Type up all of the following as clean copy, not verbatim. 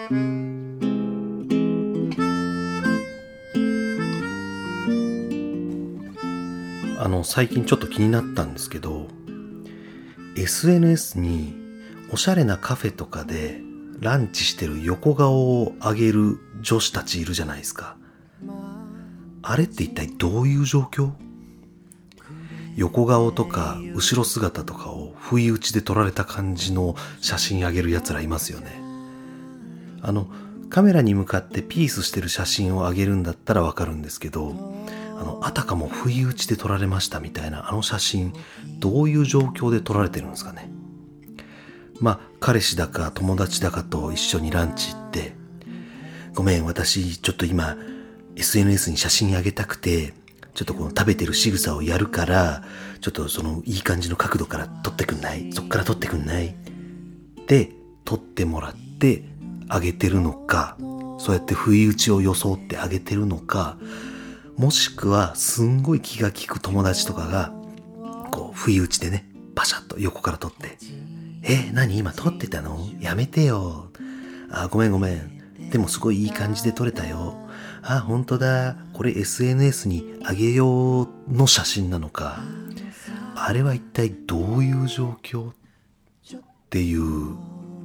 最近ちょっと気になったんですけど、SNS におしゃれなカフェとかでランチしてる横顔を上げる女子たちいるじゃないですか。あれって一体どういう状況？横顔とか後ろ姿とかを不意打ちで撮られた感じの写真上げる奴らいますよね。カメラに向かってピースしてる写真を上げるんだったらわかるんですけど、あたかも不意打ちで撮られましたみたいな写真、どういう状況で撮られてるんですかね。彼氏だか友達だかと一緒にランチ行って、ごめん、私ちょっと今 SNS に写真上げたくて、ちょっとこの食べてる仕草をやるから、ちょっとそのいい感じの角度から撮ってくんない？そっから撮ってくんない？で撮ってもらって上げてるのか、そうやって不意打ちを装って上げてるのか、もしくはすんごい気が利く友達とかがこう不意打ちでね、パシャッと横から撮って、何今撮ってたの？やめてよ。ごめん。でもすごいいい感じで撮れたよ。本当だ。これ SNS に上げようの写真なのか。あれは一体どういう状況っていう。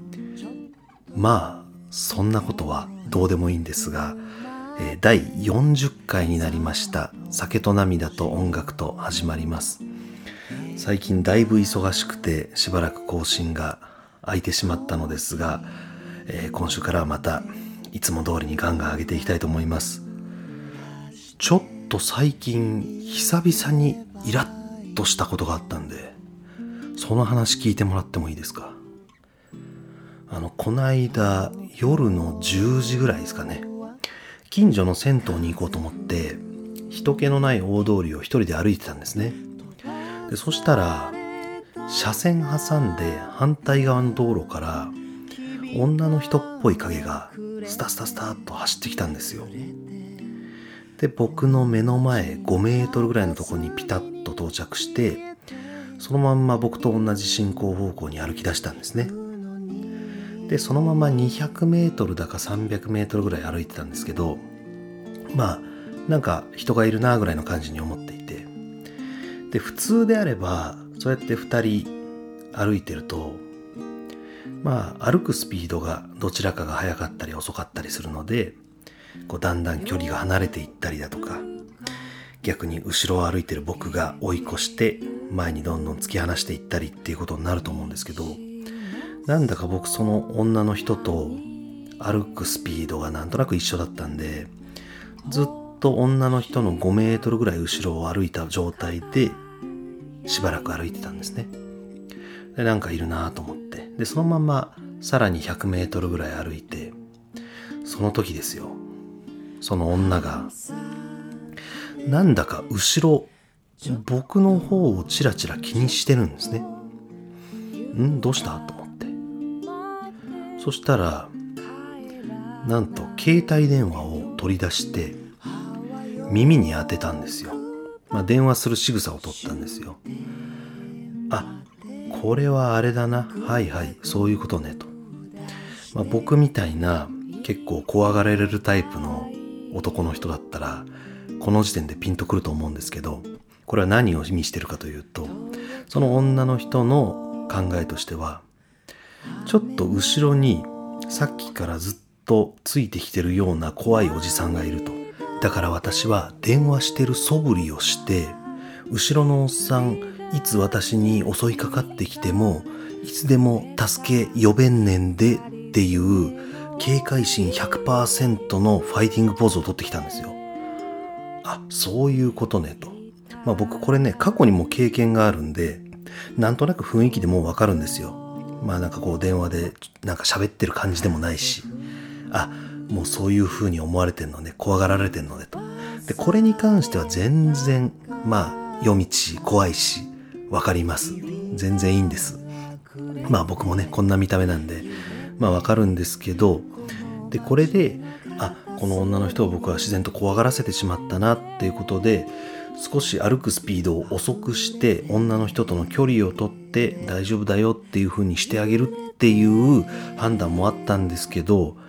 そんなことはどうでもいいんですが、第40回になりました。酒と涙と音楽と始まります。最近だいぶ忙しくてしばらく更新が空いてしまったのですが、今週からはまたいつも通りにガンガン上げていきたいと思います。ちょっと最近久々にイラッとしたことがあったんで、その話聞いてもらってもいいですか？この間夜の10時ぐらいですかね、近所の銭湯に行こうと思って人気のない大通りを一人で歩いてたんですね。でそしたら車線挟んで反対側の道路から女の人っぽい影がスタっと走ってきたんですよ。で僕の目の前5メートルぐらいのところにピタッと到着して、そのまんま僕と同じ進行方向に歩き出したんですね。でそのまま200メートルだか300メートルぐらい歩いてたんですけど、なんか人がいるなぐらいの感じに思っていて、で普通であればそうやって2人歩いてると歩くスピードがどちらかが速かったり遅かったりするので、だんだん距離が離れていったりだとか、逆に後ろを歩いてる僕が追い越して前にどんどん突き放していったりっていうことになると思うんですけど、なんだか僕その女の人と歩くスピードがなんとなく一緒だったんで、ずっと女の人の5メートルぐらい後ろを歩いた状態でしばらく歩いてたんですね。でなんかいるなと思って、でそのままさらに100メートルぐらい歩いて、その時ですよ、その女がなんだか後ろ僕の方をチラチラ気にしてるんですね。どうしたと思って、そしたらなんと携帯電話を取り出して耳に当てたんですよ。電話する仕草を取ったんですよ。これはあれだな、はいそういうことねと。僕みたいな結構怖がられるタイプの男の人だったらこの時点でピンとくると思うんですけど、これは何を意味してるかというと、その女の人の考えとしては、ちょっと後ろにさっきからずっとついてきてるような怖いおじさんがいると。だから私は電話してる素振りをして、後ろのおっさんいつ私に襲いかかってきてもいつでも助け呼べんねんでっていう警戒心 100% のファイティングポーズを取ってきたんですよ。そういうことねと。僕これね、過去にも経験があるんで、なんとなく雰囲気でもうわかるんですよ。なんか電話でなんか喋ってる感じでもないし、もうそういう風に思われてんのね、怖がられてんのねと。でこれに関しては全然夜道怖いしわかります。全然いいんです。僕もねこんな見た目なんでわかるんですけど、でこれでこの女の人を僕は自然と怖がらせてしまったなっていうことで、少し歩くスピードを遅くして女の人との距離をとって大丈夫だよっていう風にしてあげるっていう判断もあったんですけど、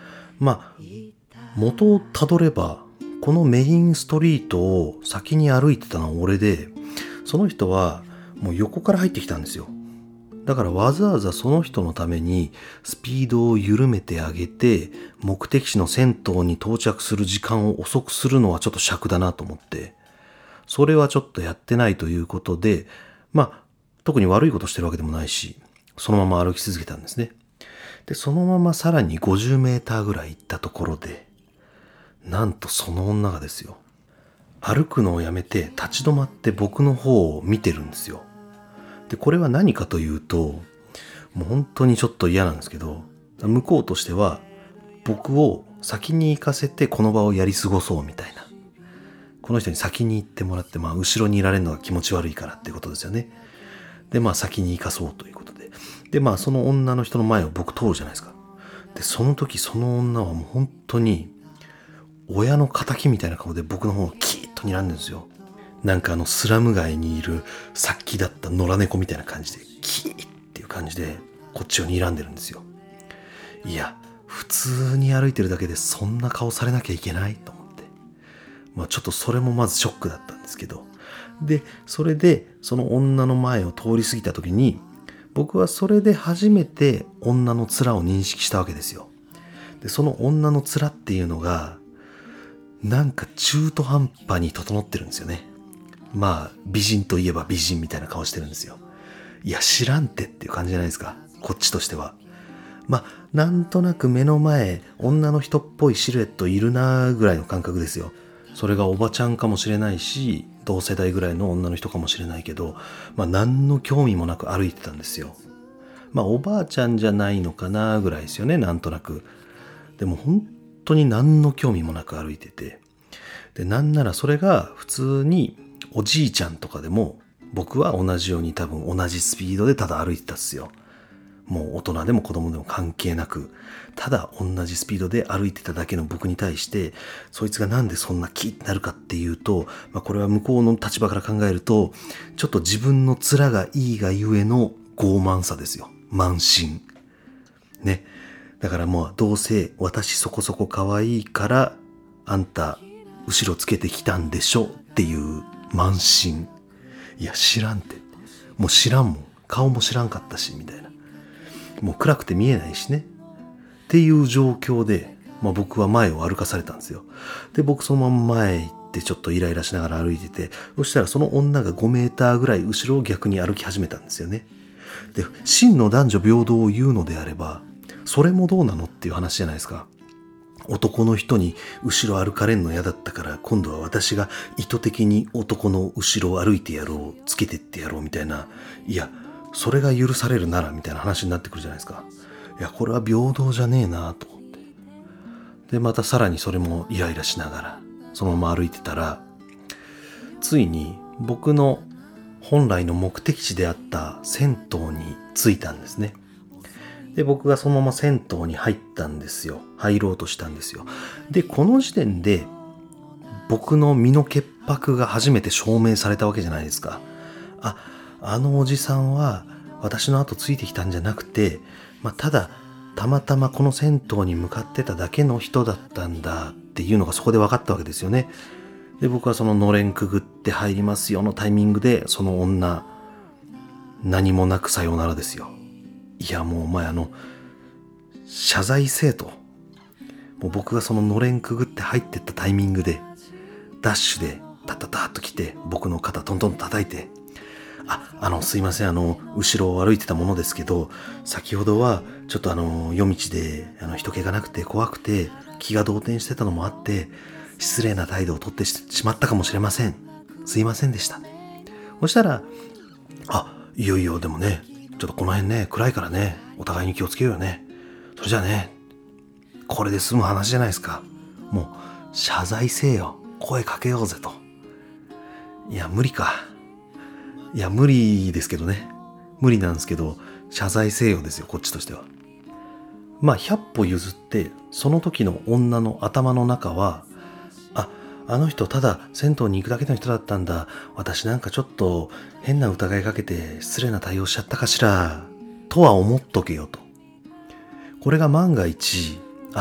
まあ、元をたどれば、このメインストリートを先に歩いてたのは俺で、その人はもう横から入ってきたんですよ。だからわざわざその人のためにスピードを緩めてあげて、目的地の銭湯に到着する時間を遅くするのはちょっと尺だなと思って、それはちょっとやってないということで、特に悪いことしてるわけでもないし、そのまま歩き続けたんですね。で、そのままさらに50メーターぐらい行ったところで、なんとその女がですよ、歩くのをやめて立ち止まって僕の方を見てるんですよ。で、これは何かというと、もう本当にちょっと嫌なんですけど、向こうとしては僕を先に行かせてこの場をやり過ごそうみたいな。この人に先に行ってもらって、後ろにいられるのが気持ち悪いからってことですよね。で、先に行かそうということで。で、その女の人の前を僕通るじゃないですか。で、その時その女はもう本当に親の仇みたいな顔で僕の方をキーッと睨んでるんですよ。なんかスラム街にいる殺気だった野良猫みたいな感じで、キーッっていう感じでこっちを睨んでるんですよ。いや、普通に歩いてるだけでそんな顔されなきゃいけないと思って。ちょっとそれもまずショックだったんですけど。で、それでその女の前を通り過ぎた時に、僕はそれで初めて女の面を認識したわけですよ。で、その女の面っていうのが、なんか中途半端に整ってるんですよね。美人といえば美人みたいな顔してるんですよ。いや、知らんてっていう感じじゃないですか。こっちとしては。なんとなく目の前、女の人っぽいシルエットいるなーぐらいの感覚ですよ。それがおばちゃんかもしれないし、同世代ぐらいの女の人かもしれないけど、何の興味もなく歩いてたんですよ。おばあちゃんじゃないのかなぐらいですよね、なんとなく。でも本当に何の興味もなく歩いてて。で、なんならそれが普通におじいちゃんとかでも、僕は同じように多分同じスピードでただ歩いてたっすよ。もう大人でも子供でも関係なく、ただ同じスピードで歩いてただけの僕に対して、そいつがなんでそんなキーってなるかっていうと、これは向こうの立場から考えると、ちょっと自分の面がいいがゆえの傲慢さですよ。慢心。ね。だからもうどうせ私そこそこ可愛いから、あんた後ろつけてきたんでしょっていう慢心。いや知らんって。もう知らんもん。顔も知らんかったし、みたいな。もう暗くて見えないしね。っていう状況で、僕は前を歩かされたんですよ。で、僕そのまま前行ってちょっとイライラしながら歩いてて、そしたらその女が5メーターぐらい後ろを逆に歩き始めたんですよね。で、真の男女平等を言うのであれば、それもどうなのっていう話じゃないですか。男の人に後ろ歩かれんの嫌だったから、今度は私が意図的に男の後ろを歩いてやろう、つけてってやろうみたいな。いや、それが許されるならみたいな話になってくるじゃないですか。いや、これは平等じゃねえなと思って。で、またさらにそれもイライラしながら、そのまま歩いてたら、ついに僕の本来の目的地であった銭湯に着いたんですね。で、僕がそのまま銭湯に入ったんですよ。入ろうとしたんですよ。で、この時点で僕の身の潔白が初めて証明されたわけじゃないですか。あのおじさんは私の後ついてきたんじゃなくて、ただたまたまこの銭湯に向かってただけの人だったんだっていうのがそこで分かったわけですよね。で、僕はそののれんくぐって入りますよのタイミングで、その女、何もなくさようならですよ。いや、もうお前謝罪せえと。もう僕がそののれんくぐって入ってったタイミングで、ダッシュでタッタッタッと来て、僕の肩トントンと叩いて、すいません、後ろを歩いてたものですけど、先ほどはちょっと夜道で人気がなくて怖くて気が動転してたのもあって、失礼な態度をとってしまったかもしれません。すいませんでした。そしたら、いよいよでもね、ちょっとこの辺ね、暗いからね、お互いに気をつけようよね。それじゃあね、これで済む話じゃないですか。もう謝罪せえよ。声かけようぜと。いや、無理か。いや、無理ですけどね。無理なんですけど、謝罪せよですよ、こっちとしては。100歩譲って、その時の女の頭の中は、あの人ただ銭湯に行くだけの人だったんだ。私なんかちょっと変な疑いかけて失礼な対応しちゃったかしら。とは思っとけよと。これが万が一、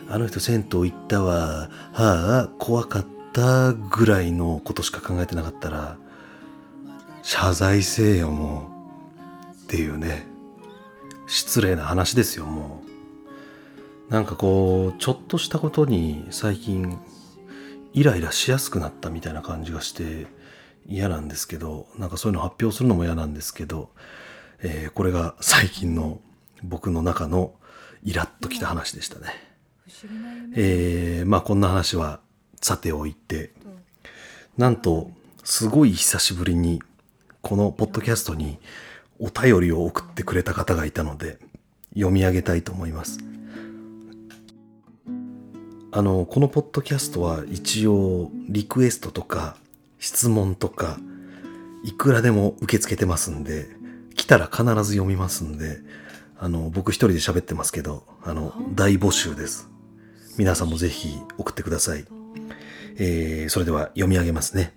あの人銭湯行ったわ、はあ怖かったぐらいのことしか考えてなかったら、謝罪せえよもうっていうね、失礼な話ですよ。もうなんかこうちょっとしたことに最近イライラしやすくなったみたいな感じがして嫌なんですけど、なんかそういうの発表するのも嫌なんですけど、これが最近の僕の中のイラッときた話でしたね。まあこんな話はさておいて、なんとすごい久しぶりにこのポッドキャストにお便りを送ってくれた方がいたので読み上げたいと思います。このポッドキャストは一応リクエストとか質問とかいくらでも受け付けてますんで、来たら必ず読みますんで、僕一人で喋ってますけど、大募集です。皆さんもぜひ送ってください。それでは読み上げますね。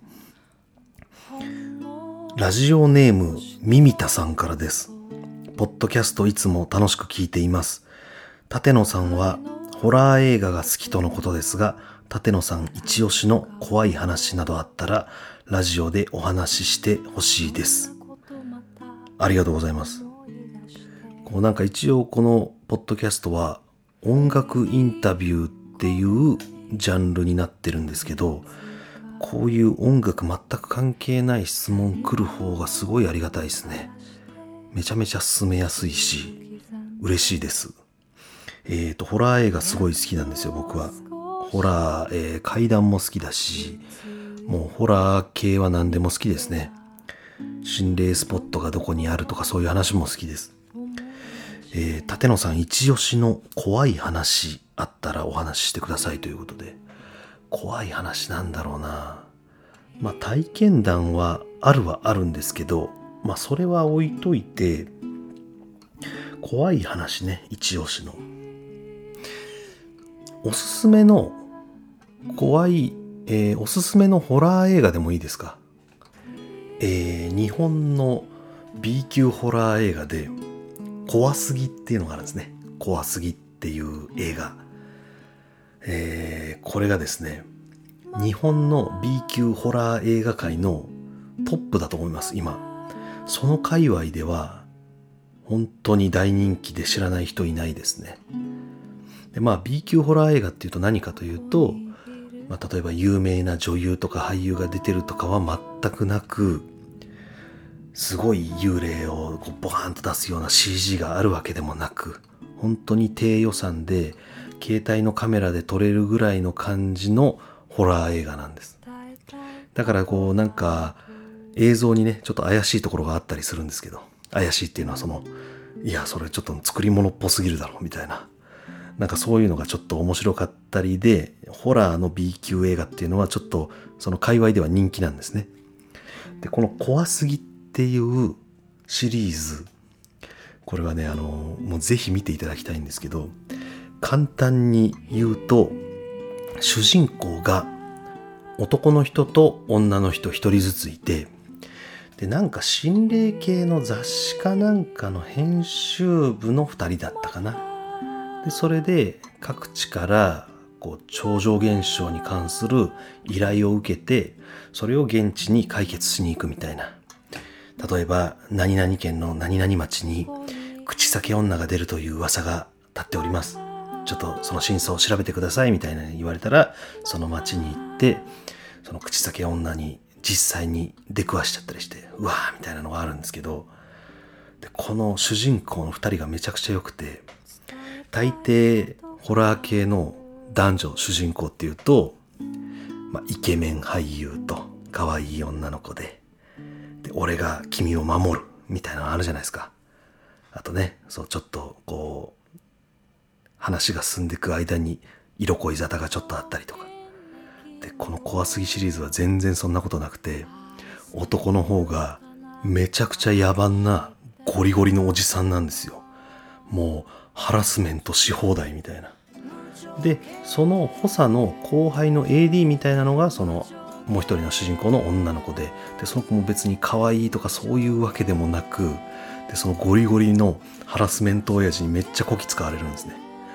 ラジオネームミミタさんからです。ポッドキャストいつも楽しく聞いています。立野さんはホラー映画が好きとのことですが、立野さん一押しの怖い話などあったらラジオでお話ししてほしいです。ありがとうございます。なんか一応このポッドキャストは音楽インタビューっていうジャンルになってるんですけど、こういう音楽全く関係ない質問来る方がすごいありがたいですね。めちゃめちゃ進めやすいし嬉しいです。ホラー映画すごい好きなんですよ。僕はホラー、怪談も好きだし、もうホラー系は何でも好きですね。心霊スポットがどこにあるとかそういう話も好きです。立野さん一押しの怖い話あったらお話ししてくださいということで、怖い話なんだろうな。まあ体験談はあるんですけど、まあそれは置いといて、怖い話ね、一押しのおすすめの怖い、おすすめのホラー映画でもいいですか。日本の B 級ホラー映画で怖すぎっていうのがあるんですね。怖すぎっていう映画、これがですね、日本の B 級ホラー映画界のトップだと思います。今その界隈では本当に大人気で知らない人いないですね。でまあ B 級ホラー映画っていうと何かというと、例えば有名な女優とか俳優が出てるとかは全くなく、すごい幽霊をボカーンと出すような CG があるわけでもなく、本当に低予算で携帯のカメラで撮れるぐらいの感じのホラー映画なんです。だからなんか映像にねちょっと怪しいところがあったりするんですけど、怪しいっていうのはいやそれちょっと作り物っぽすぎるだろみたいな、なんかそういうのがちょっと面白かったりで、ホラーの B 級映画っていうのはちょっとその界隈では人気なんですね。でこの怖すぎっていうシリーズ、これはねもうぜひ見ていただきたいんですけど、簡単に言うと主人公が男の人と女の人一人ずついて、でなんか心霊系の雑誌かなんかの編集部の2人だったかな。でそれで各地から超常現象に関する依頼を受けて、それを現地に解決しに行くみたいな。例えば何々県の何々町に口裂け女が出るという噂が立っております、ちょっとその真相を調べてくださいみたいな言われたら、その町に行ってその口裂け女に実際に出くわしちゃったりして、うわーみたいなのがあるんですけど、でこの主人公の2人がめちゃくちゃ良くて、大抵ホラー系の男女主人公っていうと、イケメン俳優と可愛い女の子で俺が君を守るみたいなのあるじゃないですか。あとね、ちょっと話が進んでいく間に色恋沙汰がちょっとあったりとかで、この怖すぎシリーズは全然そんなことなくて、男の方がめちゃくちゃ野蛮なゴリゴリのおじさんなんですよ。もうハラスメントし放題みたいな。でその補佐の後輩の AD みたいなのがそのもう一人の主人公の女の子で、その子も別に可愛いとかそういうわけでもなく、でそのゴリゴリのハラスメント親父にめっちゃこき使われるんですね。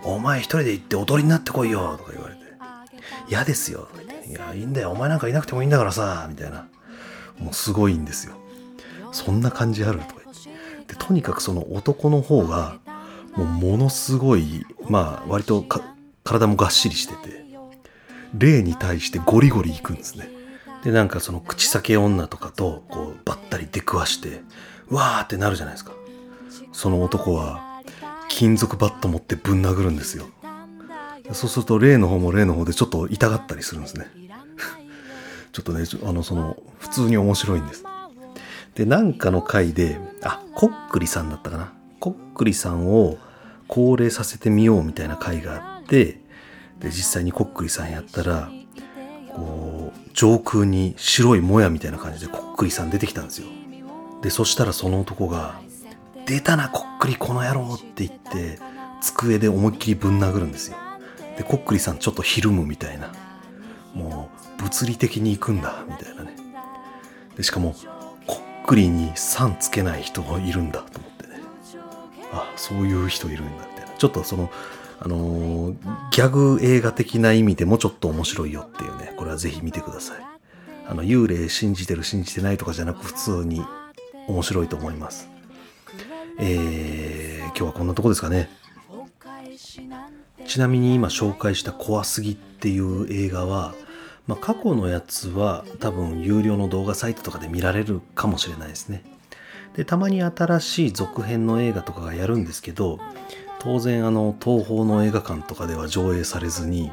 お前一人で行って踊りになってこいよとか言われて、嫌ですよとか言って、いやいいんだよお前なんかいなくてもいいんだからさみたいな、もうすごいんですよ。そんな感じあるとか言って、でとにかくその男の方がものすごい割と体もがっしりしてて、霊に対してゴリゴリいくんですね。でなんかその口裂け女とかとこうばったり出くわしてわーってなるじゃないですか。その男は金属バット持ってぶん殴るんですよ。そうすると霊の方も霊の方でちょっと痛がったりするんですね。ちょっとね普通に面白いんです。でなんかの回でコックリさんだったかな、コックリさんを降霊させてみようみたいな回があって、で実際にコックリさんやったらこう上空に白いもやみたいな感じでコックリさん出てきたんですよ。でそしたらその男が出たなコックリこの野郎って言って机で思いっきりぶん殴るんですよ。でコックリさんちょっとひるむみたいな、もう物理的に行くんだみたいなね。でしかもコックリに3つけない人がいるんだと思ってね、そういう人いるんだみたいな、ちょっとそのギャグ映画的な意味でもちょっと面白いよっていうね、これはぜひ見てください。幽霊信じてる信じてないとかじゃなく普通に面白いと思います。今日はこんなとこですかね。ちなみに今紹介した怖すぎっていう映画は、過去のやつは多分有料の動画サイトとかで見られるかもしれないですね。でたまに新しい続編の映画とかがやるんですけど、当然東宝の映画館とかでは上映されずに、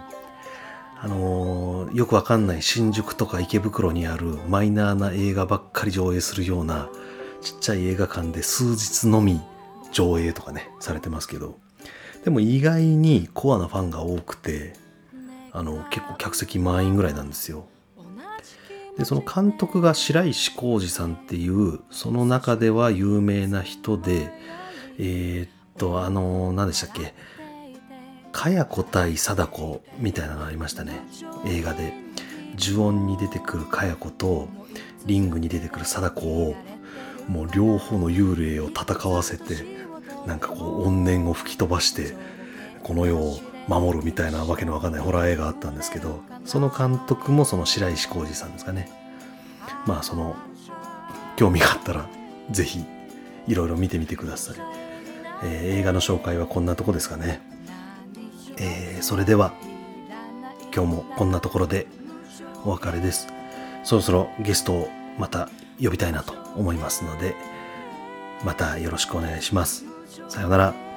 よくわかんない新宿とか池袋にあるマイナーな映画ばっかり上映するようなちっちゃい映画館で数日のみ上映とかねされてますけど、でも意外にコアなファンが多くて結構客席満員ぐらいなんですよ。でその監督が白石浩二さんっていうその中では有名な人で、何でしたっけ、かや子対貞子みたいなのがありましたね、映画で。呪怨に出てくるかや子とリングに出てくる貞子をもう両方の幽霊を戦わせて、なんかこう怨念を吹き飛ばしてこの世を守るみたいなわけのわかんないホラー映画あったんですけど、その監督もその白石浩二さんですかね。その興味があったらぜひいろいろ見てみてください。映画の紹介はこんなとこですかね。それでは今日もこんなところでお別れです。そろそろゲストをまた呼びたいなと思いますので、またよろしくお願いします。さようなら。